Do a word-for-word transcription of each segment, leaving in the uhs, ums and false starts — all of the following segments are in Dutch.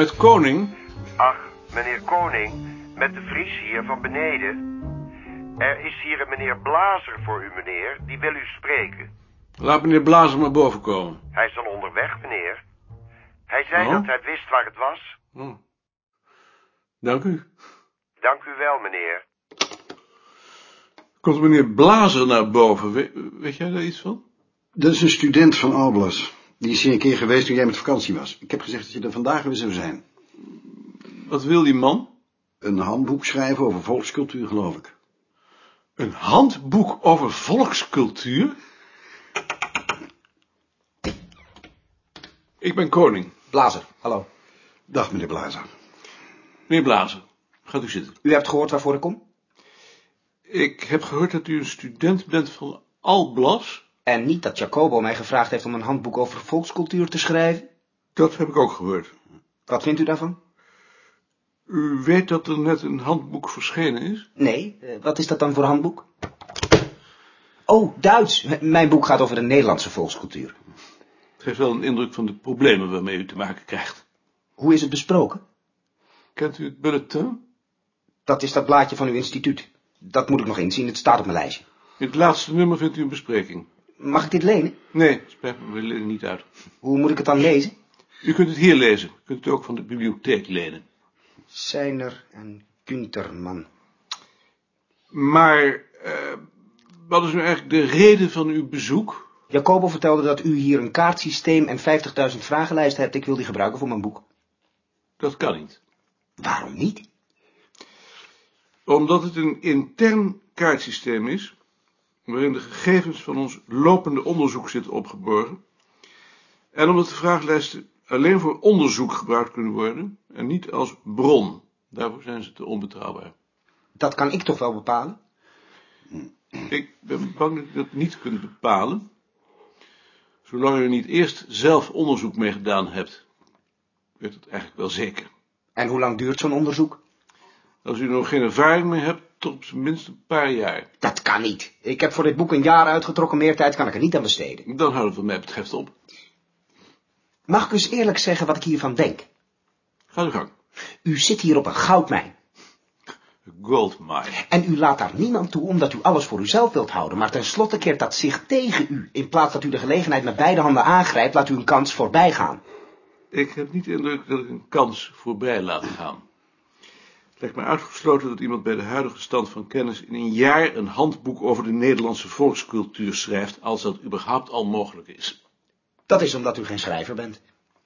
Met Koning? Ach, meneer Koning, met de Vries hier van beneden. Er is hier een meneer Blazer voor u, meneer. Die wil u spreken. Laat meneer Blazer maar boven komen. Hij is al onderweg, meneer. Hij zei Oh? dat hij wist waar het was. Oh. Dank u. Dank u wel, meneer. Komt meneer Blazer naar boven? We, weet jij daar iets van? Dat is een student van Alblas. Die is hier een keer geweest toen jij met vakantie was. Ik heb gezegd dat je er vandaag weer zou zijn. Wat wil die man? Een handboek schrijven over volkscultuur, geloof ik. Een handboek over volkscultuur? Ik ben Koning. Blazer, hallo. Dag, meneer Blazer. Meneer Blazer, gaat u zitten. U hebt gehoord waarvoor ik kom? Ik heb gehoord dat u een student bent van Alblas. En niet dat Jacobo mij gevraagd heeft om een handboek over volkscultuur te schrijven? Dat heb ik ook gehoord. Wat vindt u daarvan? U weet dat er net een handboek verschenen is? Nee, uh, wat is dat dan voor handboek? Oh, Duits. M- mijn boek gaat over de Nederlandse volkscultuur. Het geeft wel een indruk van de problemen waarmee u te maken krijgt. Hoe is het besproken? Kent u het bulletin? Dat is dat blaadje van uw instituut. Dat moet ik nog inzien, het staat op mijn lijstje. In het laatste nummer vindt u een bespreking. Mag ik dit lenen? Nee, spijt me, we lenen niet uit. Hoe moet ik het dan lezen? U kunt het hier lezen. U kunt het ook van de bibliotheek lenen. Seiner en Kunterman. Maar, uh, wat is nu eigenlijk de reden van uw bezoek? Jacobo vertelde dat u hier een kaartsysteem en vijftigduizend vragenlijsten hebt. Ik wil die gebruiken voor mijn boek. Dat kan niet. Waarom niet? Omdat het een intern kaartsysteem is, waarin de gegevens van ons lopende onderzoek zitten opgeborgen, en omdat de vragenlijsten alleen voor onderzoek gebruikt kunnen worden en niet als bron. Daarvoor zijn ze te onbetrouwbaar. Dat kan ik toch wel bepalen? Ik ben bang dat u dat niet kunt bepalen, zolang u er niet eerst zelf onderzoek mee gedaan hebt. Ik weet het eigenlijk wel zeker. En hoe lang duurt zo'n onderzoek? Als u er nog geen ervaring mee hebt, tot op zijn minst een paar jaar. Dat kan niet. Ik heb voor dit boek een jaar uitgetrokken, meer tijd kan ik er niet aan besteden. Dan houdt het wat mij betreft op. Mag ik eens eerlijk zeggen wat ik hiervan denk? Ga uw gang. U zit hier op een goudmijn. Goldmine. En u laat daar niemand toe omdat u alles voor uzelf wilt houden. Maar tenslotte keert dat zich tegen u. In plaats dat u de gelegenheid met beide handen aangrijpt, laat u een kans voorbij gaan. Ik heb niet de indruk dat ik een kans voorbij laat gaan. Het lijkt me uitgesloten dat iemand bij de huidige stand van kennis in een jaar een handboek over de Nederlandse volkscultuur schrijft, als dat überhaupt al mogelijk is. Dat is omdat u geen schrijver bent.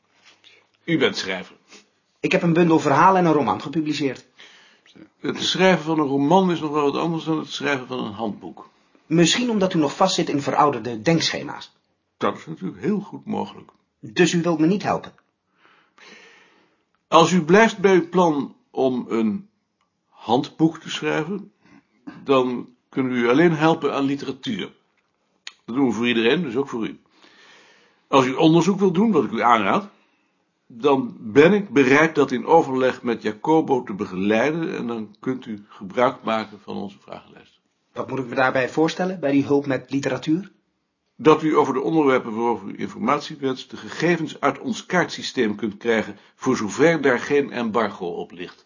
U bent schrijver. Ik heb een bundel verhalen en een roman gepubliceerd. Het schrijven van een roman is nog wel wat anders dan het schrijven van een handboek. Misschien omdat u nog vastzit in verouderde denkschema's. Dat is natuurlijk heel goed mogelijk. Dus u wilt me niet helpen? Als u blijft bij uw plan om een handboek te schrijven, dan kunnen we u alleen helpen aan literatuur. Dat doen we voor iedereen, dus ook voor u. Als u onderzoek wilt doen, wat ik u aanraad, dan ben ik bereid dat in overleg met Jacobo te begeleiden en dan kunt u gebruik maken van onze vragenlijst. Wat moet ik me daarbij voorstellen, bij die hulp met literatuur? Dat u over de onderwerpen waarover u informatie wenst de gegevens uit ons kaartsysteem kunt krijgen, voor zover daar geen embargo op ligt.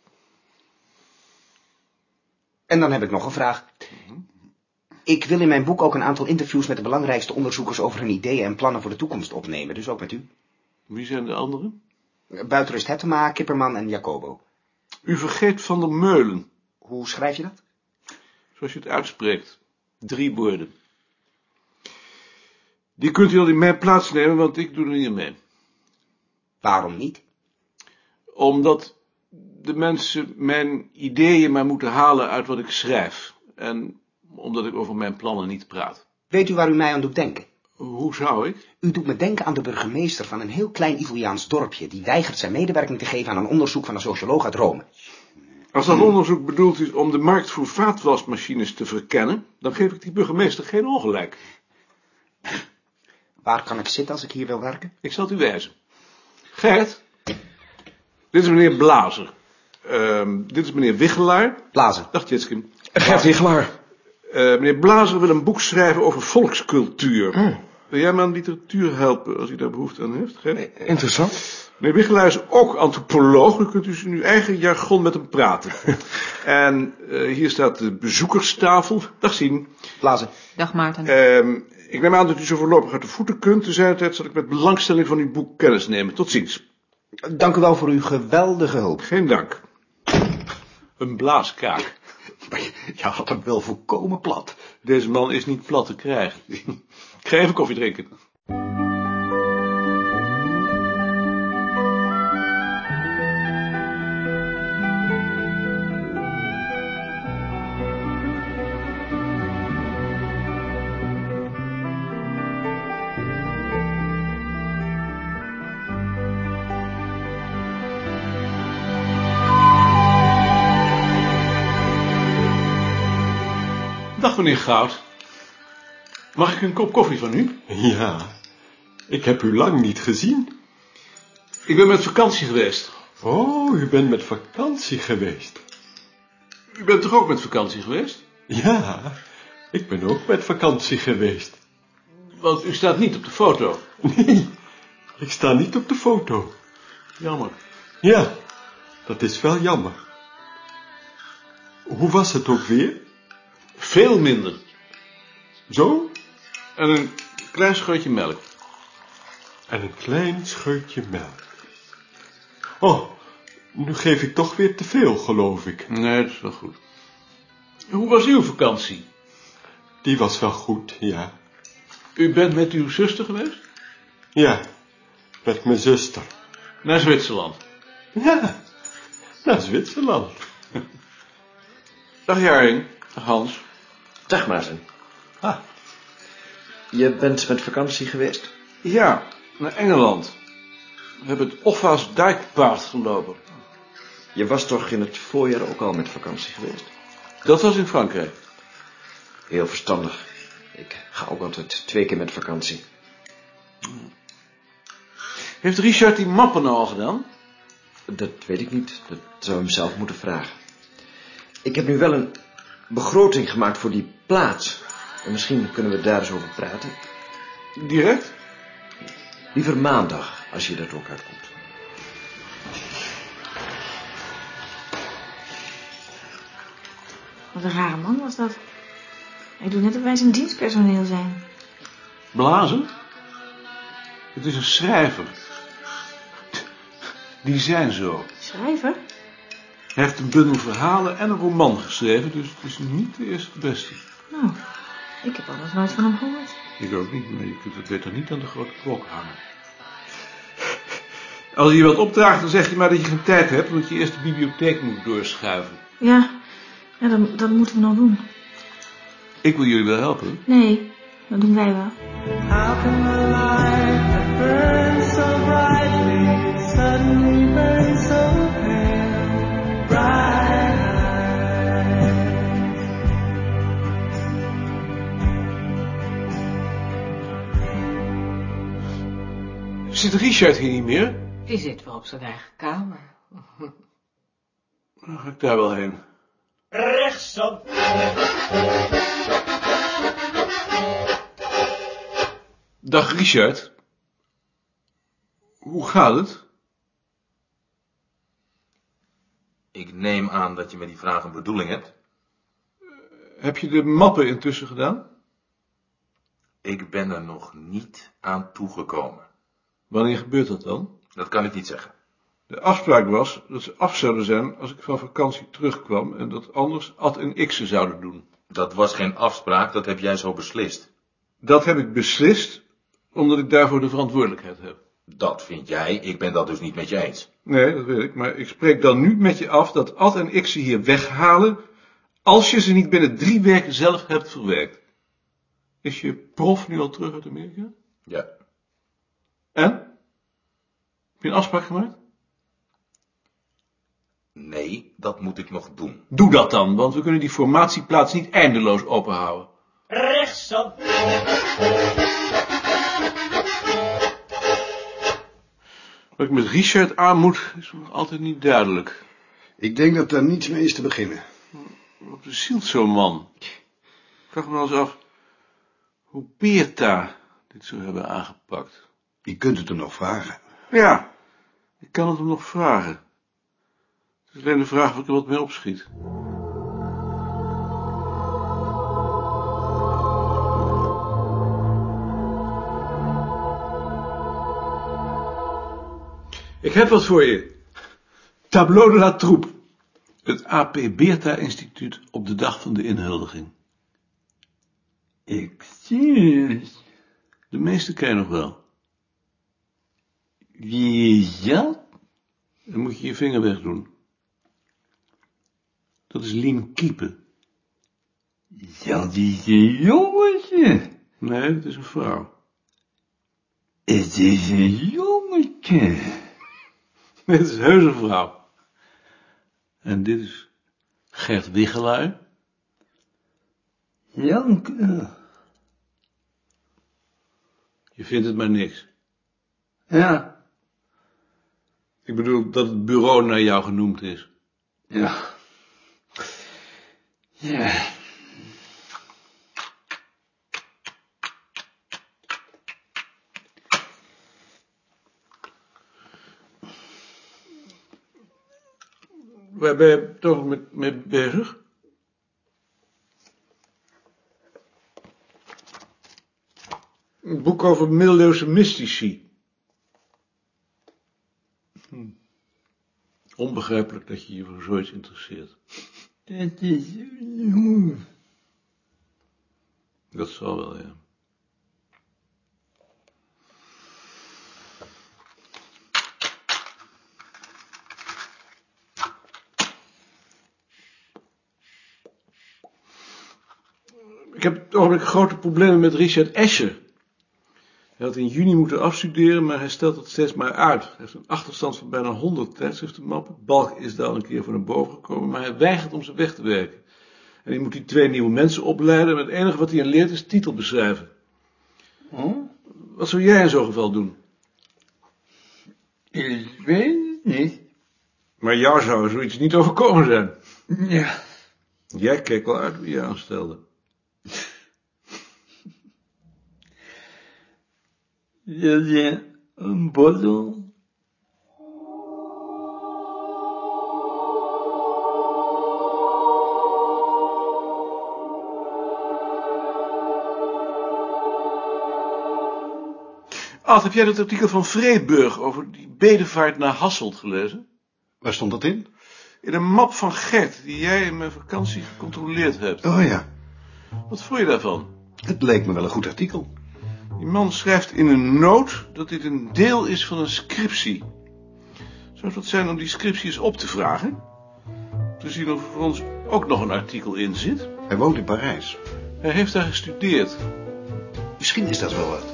En dan heb ik nog een vraag. Ik wil in mijn boek ook een aantal interviews met de belangrijkste onderzoekers over hun ideeën en plannen voor de toekomst opnemen, dus ook met u. Wie zijn de anderen? Buitenrust Hettema, Kipperman en Jacobo. U vergeet Van der Meulen, Hoe schrijf je dat? zoals je het uitspreekt. Drie woorden. Die kunt u al in mijn plaats nemen, want ik doe er niet mee. Waarom niet? Omdat de mensen mijn ideeën maar moeten halen uit wat ik schrijf. En omdat ik over mijn plannen niet praat. Weet u waar u mij aan doet denken? Hoe zou ik? U doet me denken aan de burgemeester van een heel klein Italiaans dorpje, die weigert zijn medewerking te geven aan een onderzoek van een socioloog uit Rome. Als dat onderzoek bedoeld is om de markt voor vaatwasmachines te verkennen, dan geef ik die burgemeester geen ongelijk. Waar kan ik zitten als ik hier wil werken? Ik zal het u wijzen. Gert, dit is meneer Blazer. Uh, dit is meneer Wichelaar. Blazen. Dag Jetskin. Gert Wichelaar. Uh, meneer Blazer wil een boek schrijven over volkscultuur. Mm. Wil jij me aan literatuur helpen als hij daar behoefte aan heeft, Gert? Interessant. Meneer Wichelaar is ook antropoloog, dan kunt u in uw eigen jargon met hem praten. En uh, hier staat de bezoekerstafel. Dag Sien. Blazen. Dag Maarten. Uh, ik neem aan dat u zo voorlopig uit de voeten kunt. Tezelfde tijd zal ik met belangstelling van uw boek kennis nemen. Tot ziens. Dank u wel voor uw geweldige hulp. Geen dank. Een blaaskaak. Maar je had hem wel volkomen plat. Deze man is niet plat te krijgen. Ik ga even koffie drinken. Dag meneer Goud. Mag ik een kop koffie van u? Ja, ik heb u lang niet gezien. Ik ben met vakantie geweest. Oh, u bent met vakantie geweest. U bent toch ook met vakantie geweest? Ja, ik ben ook met vakantie geweest. Want u staat niet op de foto. Nee, ik sta niet op de foto. Jammer. Ja, dat is wel jammer. Hoe was het ook weer? Veel minder. Zo? En een klein scheutje melk. En een klein scheutje melk. Oh, nu geef ik toch weer te veel, geloof ik. Nee, dat is wel goed. Hoe was uw vakantie? Die was wel goed, ja. U bent met uw zuster geweest? Ja, met mijn zuster. Naar Zwitserland? Ja, naar Zwitserland. Dag Jaring. Dag Hans. Dag Maarten. Ah. Je bent met vakantie geweest? Ja, naar Engeland. We hebben het Offa's Dijkpaard gelopen. Je was toch in het voorjaar ook al met vakantie geweest? Dat was in Frankrijk. Heel verstandig. Ik ga ook altijd twee keer met vakantie. Heeft Richard die mappen nou al gedaan? Dat weet ik niet. Dat zou hem zelf moeten vragen. Ik heb nu wel een begroting gemaakt voor die plaats. En misschien kunnen we daar eens over praten. Direct? Liever maandag, als je dat ook uitkomt. Wat een rare man was dat. Hij doet net of wij zijn dienstpersoneel zijn. Blazen? Het is een schrijver. Die zijn zo. Schrijver? Hij heeft een bundel verhalen en een roman geschreven, dus het is niet de eerste beste. Nou, ik heb anders nooit van hem gehoord. Ik ook niet, maar je kunt het beter niet aan de grote klok hangen. Als je je wat opdraagt, dan zeg je maar dat je geen tijd hebt, omdat je eerst de bibliotheek moet doorschuiven. Ja, ja dat, dat moeten we nog doen. Ik wil jullie wel helpen. Nee, dat doen wij wel. How can the light that burns so brightly suddenly burn so pale, bright eyes? Zit Richard hier niet meer? Die zit wel op zijn eigen kamer. Dan ga ik daar wel heen. Rechtsop. Dag Richard. Hoe gaat het? Ik neem aan dat je met die vraag een bedoeling hebt. Heb je de mappen intussen gedaan? Ik ben er nog niet aan toegekomen. Wanneer gebeurt dat dan? Dat kan ik niet zeggen. De afspraak was dat ze af zouden zijn als ik van vakantie terugkwam en dat anders Ad en X'en zouden doen. Dat was geen afspraak, dat heb jij zo beslist. Dat heb ik beslist, omdat ik daarvoor de verantwoordelijkheid heb. Dat vind jij, ik ben dat dus niet met je eens. Nee, dat weet ik, maar ik spreek dan nu met je af dat Ad en X'en hier weghalen, als je ze niet binnen drie weken zelf hebt verwerkt. Is je prof nu al terug uit Amerika? Ja. En? Heb je een afspraak gemaakt? Nee, dat moet ik nog doen. Doe dat dan, want we kunnen die formatieplaats niet eindeloos openhouden. Rechtsop. Wat ik met Richard aan moet, is nog altijd niet duidelijk. Ik denk dat daar niets mee is te beginnen. Wat bezielt zo'n man? Ik vraag me wel eens af hoe Beerta dit zou hebben aangepakt. Je kunt het hem nog vragen. Ja, Ik kan het hem nog vragen. Het is alleen de vraag of ik er wat mee opschiet. Ik heb wat voor je. Tableau de la Troupe. Het A P Beerta-instituut op de dag van de inhuldiging. Ik zie het. De meeste ken je nog wel. Wie is dat? Dan moet je je vinger wegdoen. Dat is Lien Kiepen. Dat is een jongetje. Nee, dat is een vrouw. Het is een jongetje. Nee, het is heus een vrouw. En dit is Gert Wichelaar. Janke. Je vindt het maar niks. Ja. Ik bedoel dat het bureau naar jou genoemd is. Ja. Ja. Waar ben je toch met, mee bezig? Een boek over middeleeuwse mystici. Hm. Onbegrijpelijk dat je je voor zoiets interesseert. Dat is... Dat zal wel, ja. Ik heb op ogenblik grote problemen met Richard Escher. Hij had in juni moeten afstuderen, maar hij stelt het steeds maar uit. Hij heeft een achterstand van bijna honderd tijdschriftenmappen. Balk is daar al een keer voor naar boven gekomen, maar hij weigert om ze weg te werken. En hij moet die twee nieuwe mensen opleiden, maar het enige wat hij aan leert is titel beschrijven. Oh? Wat zou jij in zo'n geval doen? Ik weet het niet. Maar jou zou zoiets niet overkomen zijn. Ja. Jij keek wel uit wie je aanstelde. Wil je een borrel? Ad, heb jij dat artikel van Vreeburg over die bedevaart naar Hasselt gelezen? Waar stond dat in? In een map van Gert, die jij in mijn vakantie gecontroleerd hebt. Oh ja. Wat vond je daarvan? Het leek me wel een goed artikel. Die man schrijft in een noot dat dit een deel is van een scriptie. Zou het wat zijn om die scriptie eens op te vragen? Te zien of er voor ons ook nog een artikel in zit? Hij woont in Parijs. Hij heeft daar gestudeerd. Misschien is dat wel wat.